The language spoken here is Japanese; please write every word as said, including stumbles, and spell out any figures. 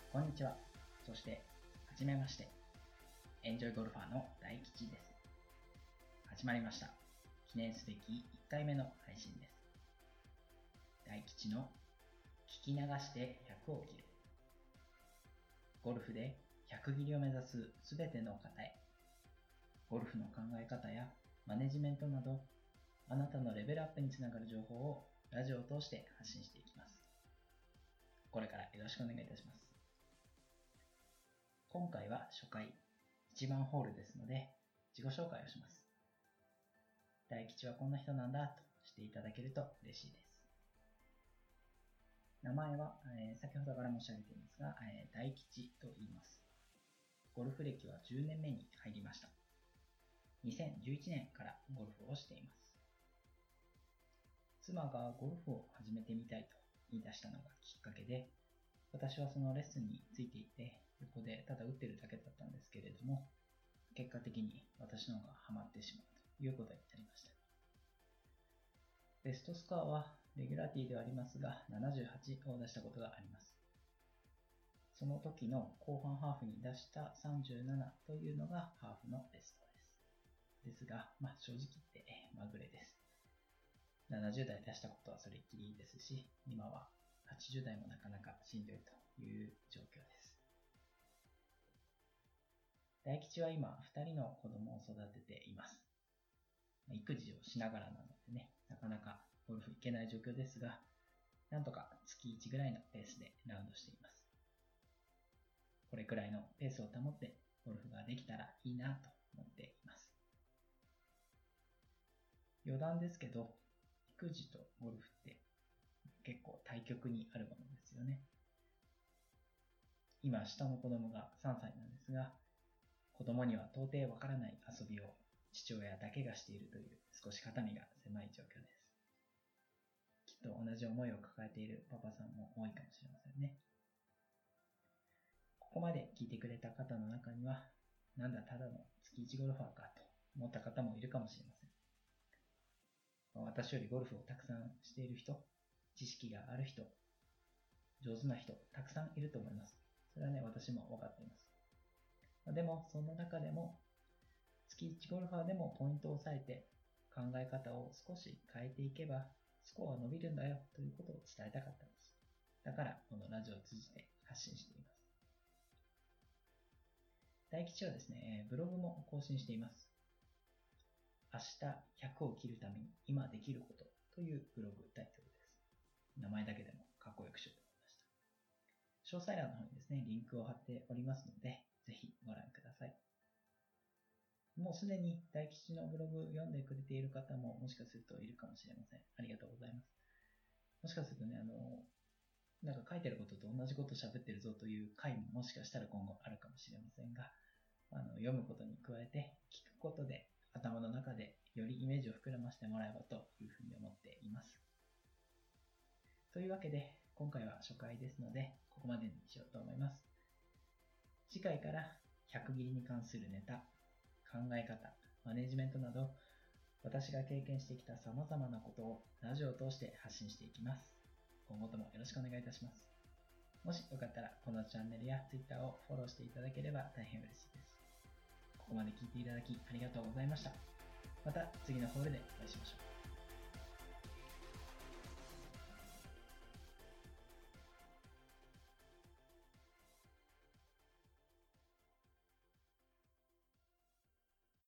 こんにちは。そして、はじめまして。エンジョイゴルファーの大吉です。始まりました。記念すべきいっかいめの配信です。大吉の聞き流してひゃくを切る。ゴルフでひゃく切りを目指すすべての方へ。ゴルフの考え方やマネジメントなど、あなたのレベルアップにつながる情報をラジオを通して発信していきます。これからよろしくお願いいたします。今回は初回、いちばんホールですので、自己紹介をします。大吉はこんな人なんだとしていただけると嬉しいです。名前は、えー、先ほどから申し上げていますが、えー、大吉と言います。ゴルフ歴はじゅうねんめに入りました。にせんじゅういちねんからゴルフをしています。妻がゴルフを始めてみたいと言い出したのがきっかけで、私はそのレッスンについていて、横でただ打ってるだけだったんですけれども、結果的に私の方がハマってしまうということになりました。ベストスコアはレギュラーティーではありますが、ななじゅうはちを出したことがあります。その時の後半ハーフに出したさんじゅうななというのがハーフのベストです。ですが、まあ正直言ってまぐれです。ななじゅう代出したことはそれっきりですし、今ははちじゅう代もなかなかしんどいという状況です。大吉は今ふたりの子供を育てています。育児をしながらなのでね、なかなかゴルフ行けない状況ですが、なんとか月いちぐらいのペースでラウンドしています。これくらいのペースを保ってゴルフができたらいいなと思っています。余談ですけど、育児とゴルフって結構対極にあるものですよね。今下の子供がさんさいなんですが、子供には到底わからない遊びを父親だけがしているという少し肩身が狭い状況です。きっと同じ思いを抱えているパパさんも多いかもしれませんね。ここまで聞いてくれた方の中には、なんだただの月いちゴルファーかと思った方もいるかもしれません。私よりゴルフをたくさんしている人、知識がある人、上手な人、たくさんいると思います。それはね、私も分かっています。でも、そんな中でも、月いちゴルファーでもポイントを押さえて考え方を少し変えていけば、スコアは伸びるんだよということを伝えたかったんです。だから、このラジオを通じて発信しています。大吉はですね、ブログも更新しています。明日ひゃくを切るために今できることというブログタイトルです。名前だけでもかっこよくしようと思いました。詳細欄の方にですね、リンクを貼っておりますので、ぜひご覧ください。もうすでに大吉のブログ読んでくれている方ももしかするといるかもしれません。ありがとうございます。もしかするとね、あの、なんか書いてることと同じこと喋ってるぞという回ももしかしたら今後あるかもしれませんが、あの読むことに加えて聞くことで頭の中でよりイメージを膨らませてもらえばというふうに思っています。というわけで、今回は初回ですので、ここまでにしようと思います。次回からひゃく切りに関するネタ、考え方、マネジメントなど、私が経験してきた様々なことをラジオを通して発信していきます。今後ともよろしくお願いいたします。もしよかったら、このチャンネルや Twitter をフォローしていただければ大変嬉しいです。ここまで聞いていただきありがとうございました。また次のホールでお会いしましょう。